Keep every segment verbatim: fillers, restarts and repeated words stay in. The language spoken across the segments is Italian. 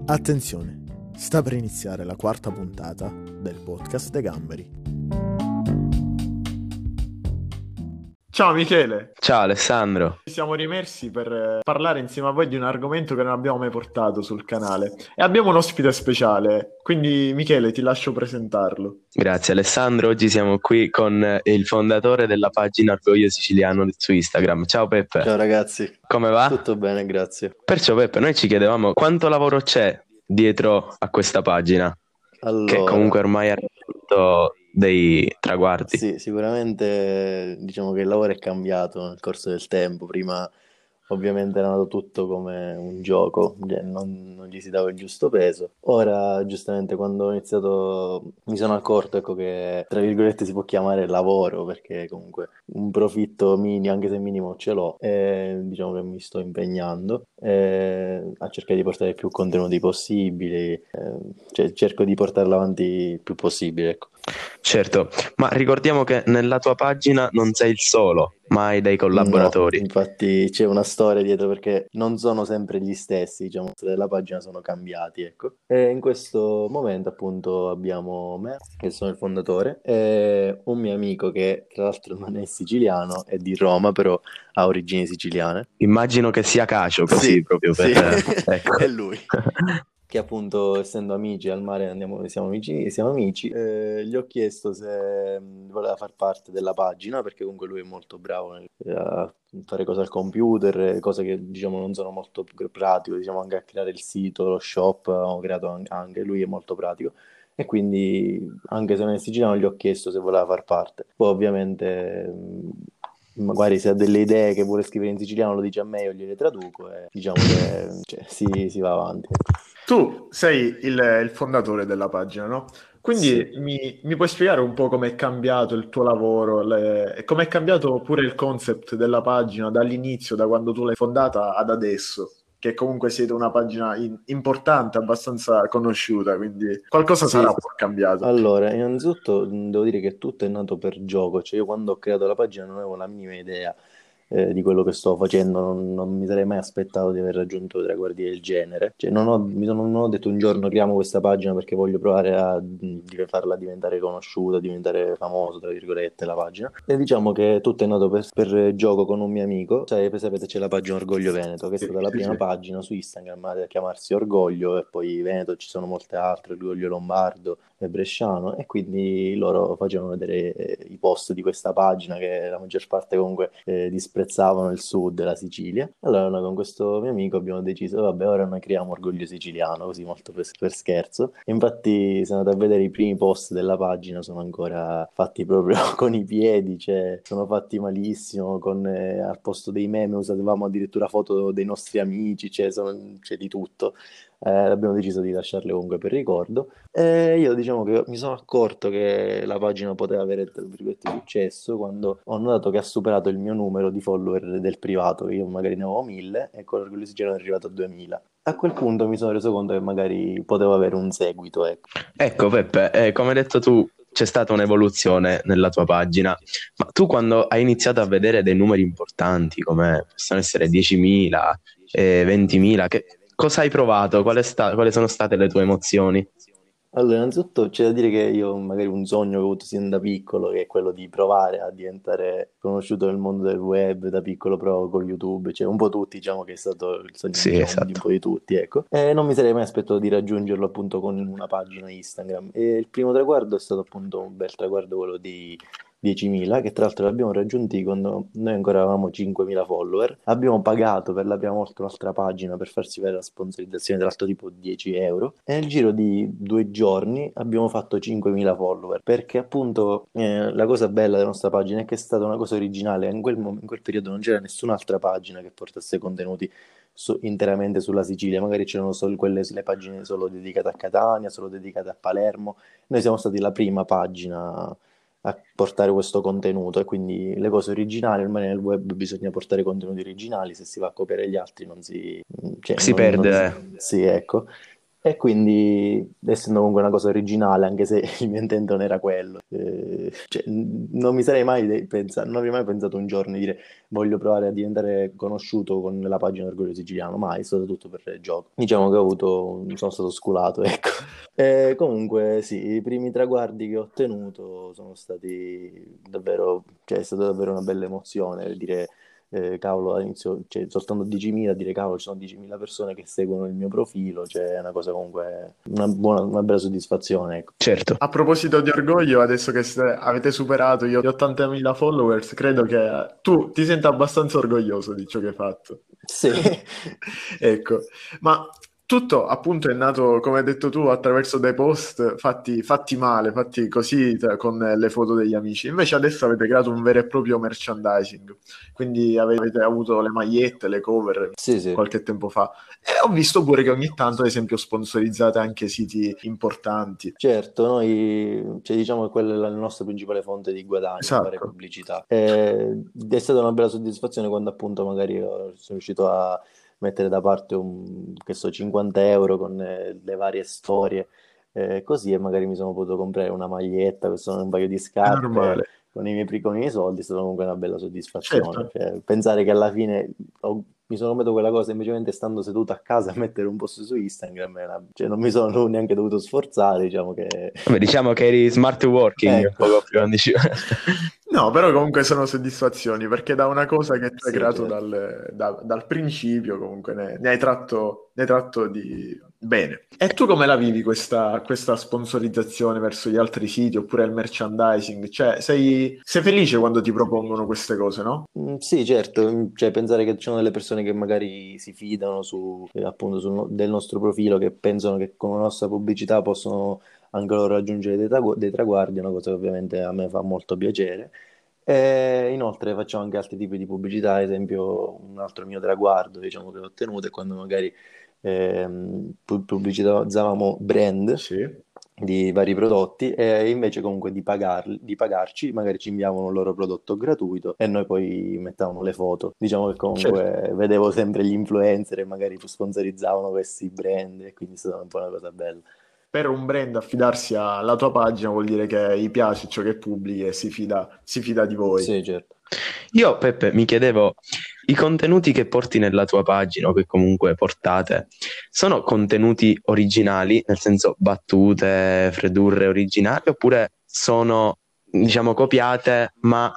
Attenzione, sta per iniziare la quarta puntata del podcast De Gamberi. Ciao Michele, Ciao Alessandro. ci siamo rimessi per eh, parlare insieme a voi di un argomento che non abbiamo mai portato sul canale e abbiamo un ospite speciale, quindi Michele ti lascio presentarlo. Grazie Alessandro, oggi siamo qui con eh, il fondatore della pagina Orgoglio Siciliano su Instagram. Ciao Peppe. Ciao ragazzi, Come va? tutto bene, grazie. Perciò Peppe, noi ci chiedevamo quanto lavoro c'è dietro a questa pagina, Allora, che comunque ormai ha raggiunto dei traguardi. sì, sicuramente diciamo che il lavoro è cambiato nel corso del tempo. Prima ovviamente era nato tutto come un gioco, cioè non, non gli si dava il giusto peso. Ora, giustamente, quando ho iniziato mi sono accorto, ecco, che tra virgolette si può chiamare lavoro, perché comunque un profitto minimo, anche se minimo, ce l'ho. E diciamo che mi sto impegnando eh, a cercare di portare più contenuti possibili, eh, cioè cerco di portarlo avanti il più possibile, ecco. Certo, ma ricordiamo che nella tua pagina non sei il solo, ma hai dei collaboratori. No, infatti c'è una storia dietro, perché non sono sempre gli stessi, diciamo, della pagina sono cambiati, ecco. E in questo momento appunto abbiamo me, che sono il fondatore, e un mio amico che tra l'altro non è siciliano, è di Roma, però ha origini siciliane. Immagino che sia Cacio così Sì, proprio sì, per... ecco. è lui. Che appunto, essendo amici al mare, andiamo, siamo amici, siamo amici, eh, gli ho chiesto se mh, voleva far parte della pagina, perché comunque lui è molto bravo nel- a fare cose al computer, eh, cose che diciamo non sono molto pr- pratico, diciamo anche a creare il sito, lo shop, ho creato an- anche, lui è molto pratico. E quindi, anche se non è siciliano, gli ho chiesto se voleva far parte. Poi ovviamente, mh, magari se ha delle idee che vuole scrivere in siciliano lo dice a me, io gliele traduco e diciamo che cioè, si, si va avanti. Tu sei il, il fondatore della pagina, no? Quindi Sì. mi, mi puoi spiegare un po' com'è cambiato il tuo lavoro le- e com'è cambiato pure il concept della pagina dall'inizio, da quando tu l'hai fondata ad adesso, che comunque siete una pagina in- importante, abbastanza conosciuta, quindi qualcosa Sì, sarà un po' cambiato. allora, innanzitutto mh, devo dire che tutto è nato per gioco, cioè io quando ho creato la pagina non avevo la minima idea eh, di quello che sto facendo, non, non mi sarei mai aspettato di aver raggiunto traguardi del genere, cioè non ho, mi sono, non ho detto un giorno creiamo questa pagina perché voglio provare a mh, di- farla diventare conosciuta, diventare famoso, tra virgolette, la pagina, e diciamo che tutto è nato per, per gioco con un mio amico, cioè, sapete c'è la pagina Orgoglio Veneto, che è Sì, stata la sì, prima sì. pagina su Instagram a chiamarsi Orgoglio, e poi Veneto ci sono molte altre, Orgoglio Lombardo e Bresciano, e quindi loro facevano vedere eh, i post di questa pagina che la maggior parte comunque eh, disprezzavano il sud e la Sicilia. Allora noi con questo mio amico abbiamo deciso, vabbè, ora noi creiamo Orgoglio Siciliano, così molto per, per scherzo. E infatti se andate a vedere i primi post della pagina sono ancora fatti proprio con i piedi, cioè sono fatti malissimo, con eh, al posto dei meme usavamo addirittura foto dei nostri amici, cioè sono- c'è di tutto. Eh, abbiamo deciso di lasciarle comunque per ricordo. E io diciamo che mi sono accorto che la pagina poteva avere tra virgolette successo quando ho notato che ha superato il mio numero di follower del privato, che io magari ne avevo mille e con l'orgoglio siciliano è arrivato a duemila. A quel punto mi sono reso conto che magari potevo avere un seguito, ecco. Ecco Peppe, eh, come hai detto tu, c'è stata un'evoluzione nella tua pagina, ma tu quando hai iniziato a vedere dei numeri importanti, come possono essere diecimila, eh, ventimila, che, cosa hai provato? Qual è sta- quali sono state le tue emozioni? Allora, innanzitutto c'è da dire che io magari un sogno che ho avuto sin da piccolo, che è quello di provare a diventare conosciuto nel mondo del web, da piccolo provo con YouTube, cioè un po' tutti, diciamo che è stato il sogno, Sì, diciamo, di un esatto. po' di tutti, ecco. E non mi sarei mai aspettato di raggiungerlo appunto con una pagina Instagram. E il primo traguardo è stato appunto un bel traguardo, quello di diecimila, che tra l'altro l'abbiamo raggiunti quando noi ancora avevamo cinquemila follower. Abbiamo pagato per la prima volta un'altra pagina per farsi fare la sponsorizzazione, tra l'altro tipo dieci euro. E nel giro di due giorni abbiamo fatto cinquemila follower, perché appunto eh, la cosa bella della nostra pagina è che è stata una cosa originale. In quel, mom- in quel periodo non c'era nessun'altra pagina che portasse contenuti su- interamente sulla Sicilia, magari c'erano solo quelle, le pagine solo dedicate a Catania, solo dedicate a Palermo. Noi siamo stati la prima pagina a portare questo contenuto, e quindi le cose originali, ormai nel web bisogna portare contenuti originali, se si va a copiare gli altri non si... cioè, Si non, non perde. si- sì, ecco. E quindi, essendo comunque una cosa originale, anche se il mio intento non era quello, eh, cioè, n- non mi sarei mai de- pensa- non avrei mai pensato un giorno di dire voglio provare a diventare conosciuto con la pagina Orgoglio Siciliano, mai, è stato tutto per il gioco. Diciamo che ho avuto, sono stato sculato, ecco. E comunque sì, i primi traguardi che ho ottenuto sono stati davvero, cioè è stata davvero una bella emozione, dire eh, cavolo, all'inizio, cioè, soltanto diecimila, dire cavolo, ci sono diecimila persone che seguono il mio profilo, cioè è una cosa comunque, una buona, una bella soddisfazione, ecco. Certo. A proposito di orgoglio, adesso che ste- avete superato gli ottantamila followers, credo che tu ti senta abbastanza orgoglioso di ciò che hai fatto. Sì. Ecco, ma tutto appunto è nato, come hai detto tu, attraverso dei post fatti, fatti male, fatti così tra- con le foto degli amici. Invece adesso avete creato un vero e proprio merchandising, quindi avete avuto le magliette, le cover Sì, sì. qualche tempo fa. E ho visto pure che ogni tanto, ad esempio, sponsorizzate anche siti importanti. Certo, noi, cioè, diciamo che quella è la nostra principale fonte di guadagno, fare Esatto. pubblicità. E- è stata una bella soddisfazione quando appunto magari eh, sono riuscito a mettere da parte un, che so, cinquanta euro con eh, le varie storie, eh, così e magari mi sono potuto comprare una maglietta, che sono un paio di È scarpe normale. con i miei, pri- con i miei soldi, è stata comunque una bella soddisfazione. Certo. Cioè, pensare che alla fine ho- mi sono comprato quella cosa semplicemente stando seduto a casa a mettere un post su Instagram, era- cioè non mi sono neanche dovuto sforzare, diciamo che... Vabbè, diciamo che eri smart working un Ecco, poco più anticipato. No, però comunque sono soddisfazioni perché da una cosa che tu hai sì, creato certo. dal, da- dal principio, comunque ne, ne hai tratto, ne hai tratto di bene. E tu come la vivi questa, questa sponsorizzazione verso gli altri siti oppure il merchandising? Cioè, sei, sei felice quando ti propongono queste cose, no? Mm, sì, certo, mm, cioè pensare che ci sono delle persone che magari si fidano su, eh, appunto, sul no- del nostro profilo, che pensano che con la nostra pubblicità possono anche loro raggiungere dei, tragu- dei traguardi, è una cosa che ovviamente a me fa molto piacere. E inoltre facciamo anche altri tipi di pubblicità, ad esempio un altro mio traguardo, diciamo, che ho ottenuto è quando magari ehm, pu- pubblicizzavamo brand Sì. di vari prodotti e invece comunque di pagarli, di pagarci, magari ci inviavano il loro prodotto gratuito e noi poi mettavamo le foto. Diciamo che Certo. comunque vedevo sempre gli influencer e magari sponsorizzavano questi brand e quindi è stata un po' una cosa bella. Per un brand affidarsi alla tua pagina vuol dire che gli piace ciò che pubblichi e si fida, si fida di voi. Sì, certo. Io, Peppe, mi chiedevo, i contenuti che porti nella tua pagina o che comunque portate, sono contenuti originali, nel senso battute, freddure originali, oppure sono, diciamo, copiate, ma,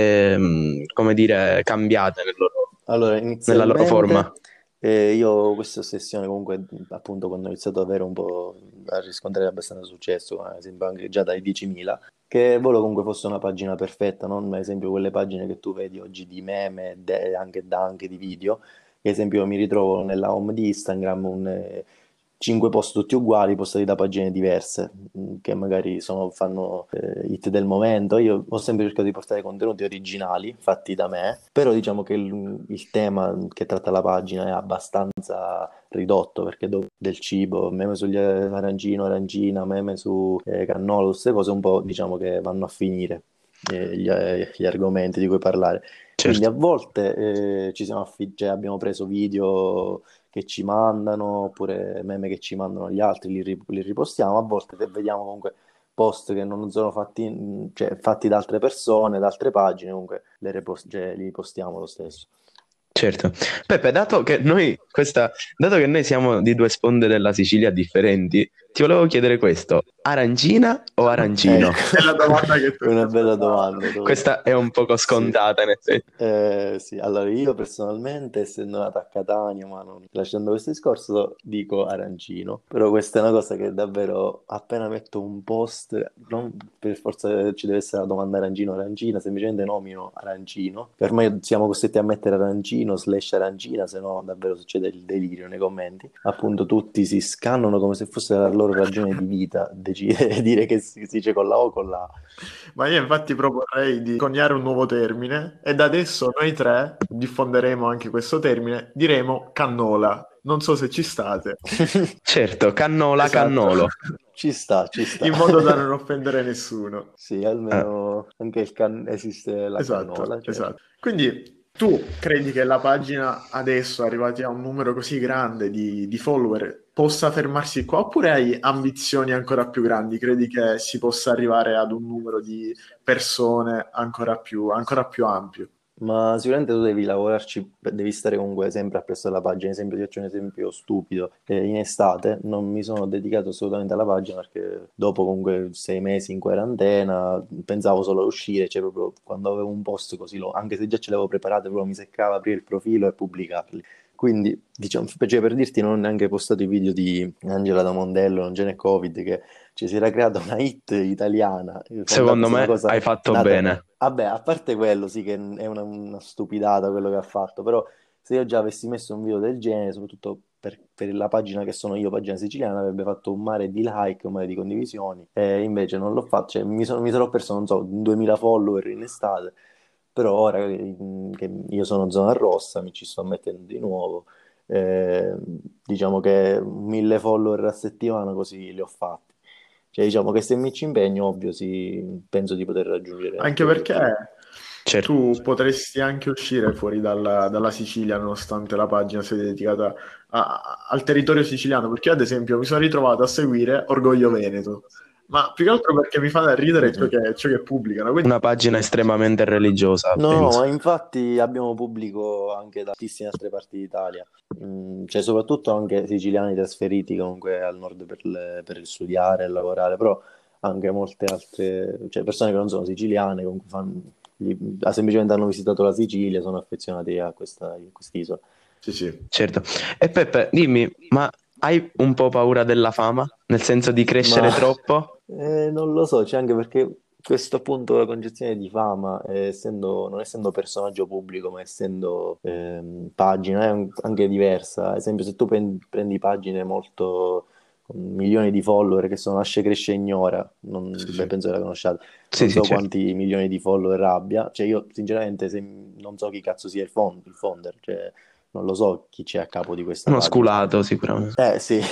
ehm, come dire, cambiate nel loro- Allora, nella loro forma? inizialmente eh, io ho questa ossessione comunque, appunto, quando ho iniziato ad avere un po' a riscontrare abbastanza successo, ad esempio anche già dai diecimila, che volevo comunque fosse una pagina perfetta, non ad esempio quelle pagine che tu vedi oggi di meme, de- anche da anche di video, che ad esempio mi ritrovo nella home di Instagram un, eh, cinque post tutti uguali, postati da pagine diverse, mh, che magari sono, fanno eh, hit del momento. Io ho sempre cercato di portare contenuti originali, fatti da me, però diciamo che il, il tema che tratta la pagina è abbastanza ridotto, perché do- del cibo, meme sugli arancino, arancina, meme su eh, cannolo, queste cose un po' diciamo che vanno a finire. eh, Gli, eh, gli argomenti di cui parlare, quindi a Certo. volte eh, ci siamo affi- cioè, abbiamo preso video che ci mandano, oppure meme che ci mandano gli altri, li, ri- li ripostiamo. A volte se vediamo comunque post che non sono fatti, mh, cioè, fatti da altre persone, da altre pagine, comunque le repos- cioè, li postiamo lo stesso. Certo. Peppe, dato che noi, questa, dato che noi siamo di due sponde della Sicilia differenti, ti volevo chiedere questo: arancina o arancino? Ecco, È la domanda che tutti una bella aspettavano. domanda. dove- Questa è un poco Sì. scontata, in effetti. Eh, sì, allora io personalmente, essendo nato a Catania, ma non lasciando questo discorso, dico arancino. Però questa è una cosa che davvero appena metto un post, non per forza ci deve essere la domanda arancino o arancina, semplicemente nomino arancino. Per me siamo costretti a mettere arancino slash arancina, se no davvero succede il delirio nei commenti. Appunto tutti si scannano come se fosse la loro ragione di vita, decidere dire che si si dice con la O o con la A. Ma io infatti proporrei di coniare un nuovo termine e da adesso noi tre diffonderemo anche questo termine, diremo cannola. Non so se ci state. Certo, cannola, Esatto. cannolo. Ci sta, ci sta. In modo da non offendere nessuno. Sì, Ah, almeno anche il can- esiste la Esatto, cannola, certo. esatto. Quindi Tu credi che la pagina adesso, arrivati a un numero così grande di, di follower, possa fermarsi qua oppure hai ambizioni ancora più grandi? Credi che si possa arrivare ad un numero di persone ancora più, ancora più ampio? Ma sicuramente tu devi lavorarci, devi stare comunque sempre appresso alla pagina. Ad esempio, ti faccio un esempio stupido. Eh, in estate non mi sono dedicato assolutamente alla pagina perché dopo comunque sei mesi in quarantena pensavo solo a uscire, cioè proprio quando avevo un post così, lo, anche se già ce l'avevo preparato, proprio mi seccava aprire il profilo e pubblicarli. Quindi, diciamo, cioè, per dirti, non ho neanche postato i video di Angela da Mondello, non ce n'è Covid, che cioè, si era creata una hit italiana, eh, fondata Secondo su una me cosa hai fatto nata. bene. Vabbè, a parte quello, sì, che è una, una stupidata quello che ha fatto, però se io già avessi messo un video del genere, soprattutto per, per la pagina che sono io, pagina siciliana, avrebbe fatto un mare di like, un mare di condivisioni, e invece non l'ho fatto, cioè, mi sono, mi sarò perso, non so, duemila follower in estate, però ora che che io sono zona rossa, mi ci sto mettendo di nuovo, eh, diciamo che mille follower a settimana così li ho fatti. Cioè, diciamo che se mi ci impegno, ovvio, sì, penso di poter raggiungere Anche altri obiettivi. perché Certo. tu potresti anche uscire fuori dalla, dalla Sicilia, nonostante la pagina sia dedicata a- al territorio siciliano, perché io, ad esempio, mi sono ritrovato a seguire Orgoglio Veneto, ma più che altro perché mi fa ridere ciò Mm-mm. che, ciò che pubblicano. Quindi, Una pagina estremamente religiosa, No, no, penso. ma infatti abbiamo pubblico anche da tantissime altre parti d'Italia. Mm, cioè soprattutto anche siciliani trasferiti comunque al nord per, le- per studiare e lavorare, però anche molte altre, cioè persone che non sono siciliane, comunque fanno, gli- ah, semplicemente hanno visitato la Sicilia, sono affezionati a questa, a quest'isola. sì, sì. Certo. E Peppe, dimmi, ma hai un po' paura della fama? Nel senso di Ma crescere troppo? eh, non lo so, c'è anche perché questo appunto la concezione di fama, eh, essendo, non essendo personaggio pubblico, ma essendo ehm, pagina, è un- anche diversa. Ad esempio, se tu pen- prendi pagine molto con milioni di follower che sono Nasce, Cresce, Ignora, non, Sì, beh, sì. penso che la conosciate, Sì, non sì, so certo. quanti milioni di follower abbia. Cioè, io sinceramente se- non so chi cazzo sia il, fond- il founder, cioè, non lo so chi c'è a capo di questa Uno pagina. sculato sicuramente. Eh sì,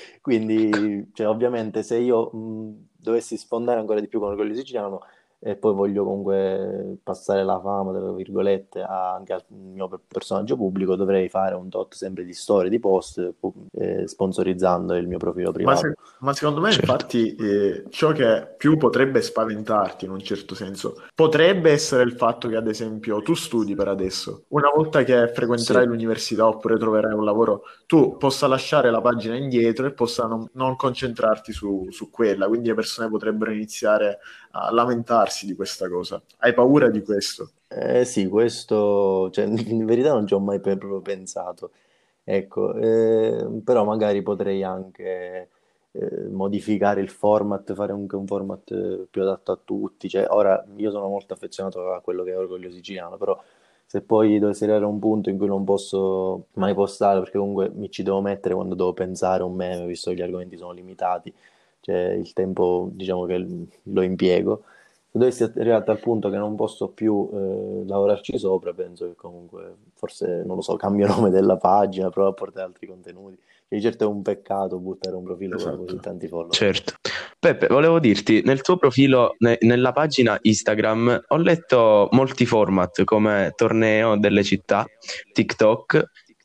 quindi cioè, ovviamente se io mh, dovessi sfondare ancora di più con Orgoglio Siciliano e poi voglio comunque passare la fama, tra virgolette, a- anche al mio per- personaggio pubblico, dovrei fare un tot sempre di storie, di post, pu- eh, sponsorizzando il mio profilo Ma, privato. se- ma secondo me, Certo. infatti, eh, ciò che più potrebbe spaventarti in un certo senso potrebbe essere il fatto che, ad esempio, tu studi per adesso. Una volta che frequenterai Sì. l'università oppure troverai un lavoro, tu possa lasciare la pagina indietro e possa non, non concentrarti su, su quella. Quindi le persone potrebbero iniziare a lamentarsi di questa cosa. Hai paura di questo? Eh sì, questo, cioè, in verità non ci ho mai pe- proprio pensato, ecco, eh, però magari potrei anche eh, modificare il format, fare anche un format eh, più adatto a tutti, cioè, ora io sono molto affezionato a quello che è Orgoglio Siciliano, però se poi dovessi arrivare a un punto in cui non posso mai postare, perché comunque mi ci devo mettere quando devo pensare a un meme, visto che gli argomenti sono limitati, cioè il tempo diciamo che lo impiego. Se dovessi arrivare a tal punto che non posso più eh, lavorarci sopra, penso che comunque, forse, non lo so, cambio nome della pagina, provo a portare altri contenuti. Che di certo è un peccato buttare un profilo con così Esatto. tanti follower. Certo. Peppe, volevo dirti, nel tuo profilo, ne- nella pagina Instagram, ho letto molti format come torneo delle città, TikTok,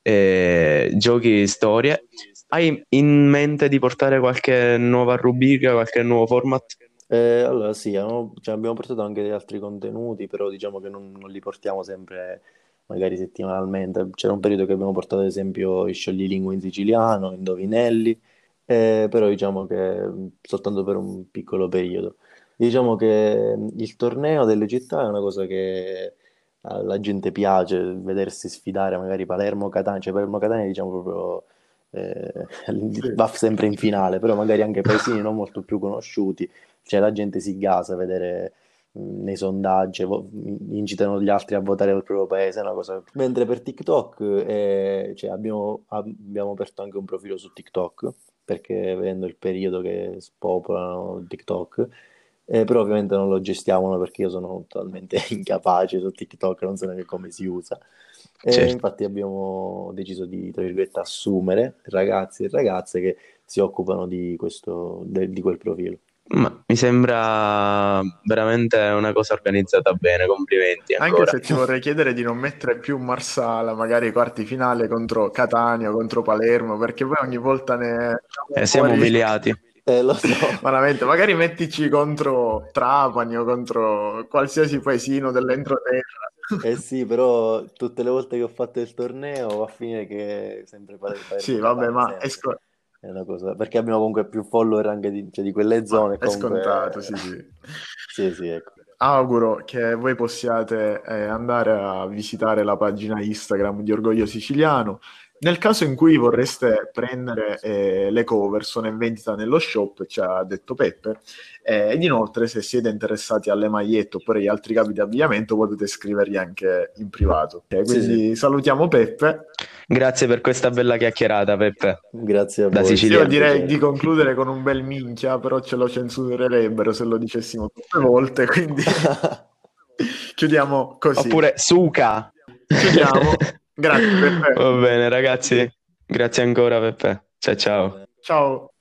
eh, giochi, storie. Hai in mente di portare qualche nuova rubrica, qualche nuovo format? Eh, allora sì, abbiamo, cioè, abbiamo portato anche degli altri contenuti, però diciamo che non, non li portiamo sempre, magari settimanalmente. C'era un periodo che abbiamo portato ad esempio i scioglilingue in siciliano, indovinelli, eh, però diciamo che mh, soltanto per un piccolo periodo. Diciamo che mh, il torneo delle città è una cosa che alla gente piace, vedersi sfidare magari Palermo-Catania, cioè Palermo-Catania diciamo proprio eh, Sì. va sempre in finale, però magari anche paesini non molto più conosciuti, cioè la gente si gasa a vedere mh, nei sondaggi, vo- incitano gli altri a votare per il proprio paese, è una cosa. Mentre per TikTok eh, cioè, abbiamo, abbiamo aperto anche un profilo su TikTok, perché vedendo il periodo che spopolano TikTok, eh, però ovviamente non lo gestiamo perché io sono totalmente incapace su TikTok, non so neanche come si usa. E Certo. infatti abbiamo deciso di, tra virgolette, assumere ragazzi e ragazze che si occupano di questo, de- di quel profilo. Ma mi sembra veramente una cosa organizzata bene, complimenti Anche ancora. se ti vorrei chiedere di non mettere più Marsala, magari ai quarti finale contro Catania o contro Palermo, perché poi ogni volta ne Eh, siamo fuori. umiliati. Eh, lo so. Veramente, magari mettici contro Trapani o contro qualsiasi paesino dell'entroterra. Eh sì, però tutte le volte che ho fatto il torneo va a finire che sempre Palermo Sì, Palermo vabbè, Catania, ma è, sempre. sco- È una cosa, perché abbiamo comunque più follower anche di, cioè, di quelle ma zone, è scontato, comunque sì, sì. sì, sì, ecco. Auguro che voi possiate eh, andare a visitare la pagina Instagram di Orgoglio Siciliano. Nel caso in cui vorreste prendere eh, le cover, sono in vendita nello shop, ci ha detto Peppe. Eh, ed inoltre, se siete interessati alle magliette oppure agli altri capi di abbigliamento, potete scrivergli anche in privato. Ok, Sì, quindi salutiamo Peppe. Grazie per questa bella chiacchierata, Peppe, Grazie a da voi, è stato Io un siciliano. direi di piacere. concludere con un bel minchia, però ce lo censurerebbero se lo dicessimo tutte volte, quindi chiudiamo così. Oppure Suca. Chiudiamo. Grazie Peppe. Va bene, ragazzi. Grazie ancora, Peppe. Ciao, Va ciao. bene. Ciao.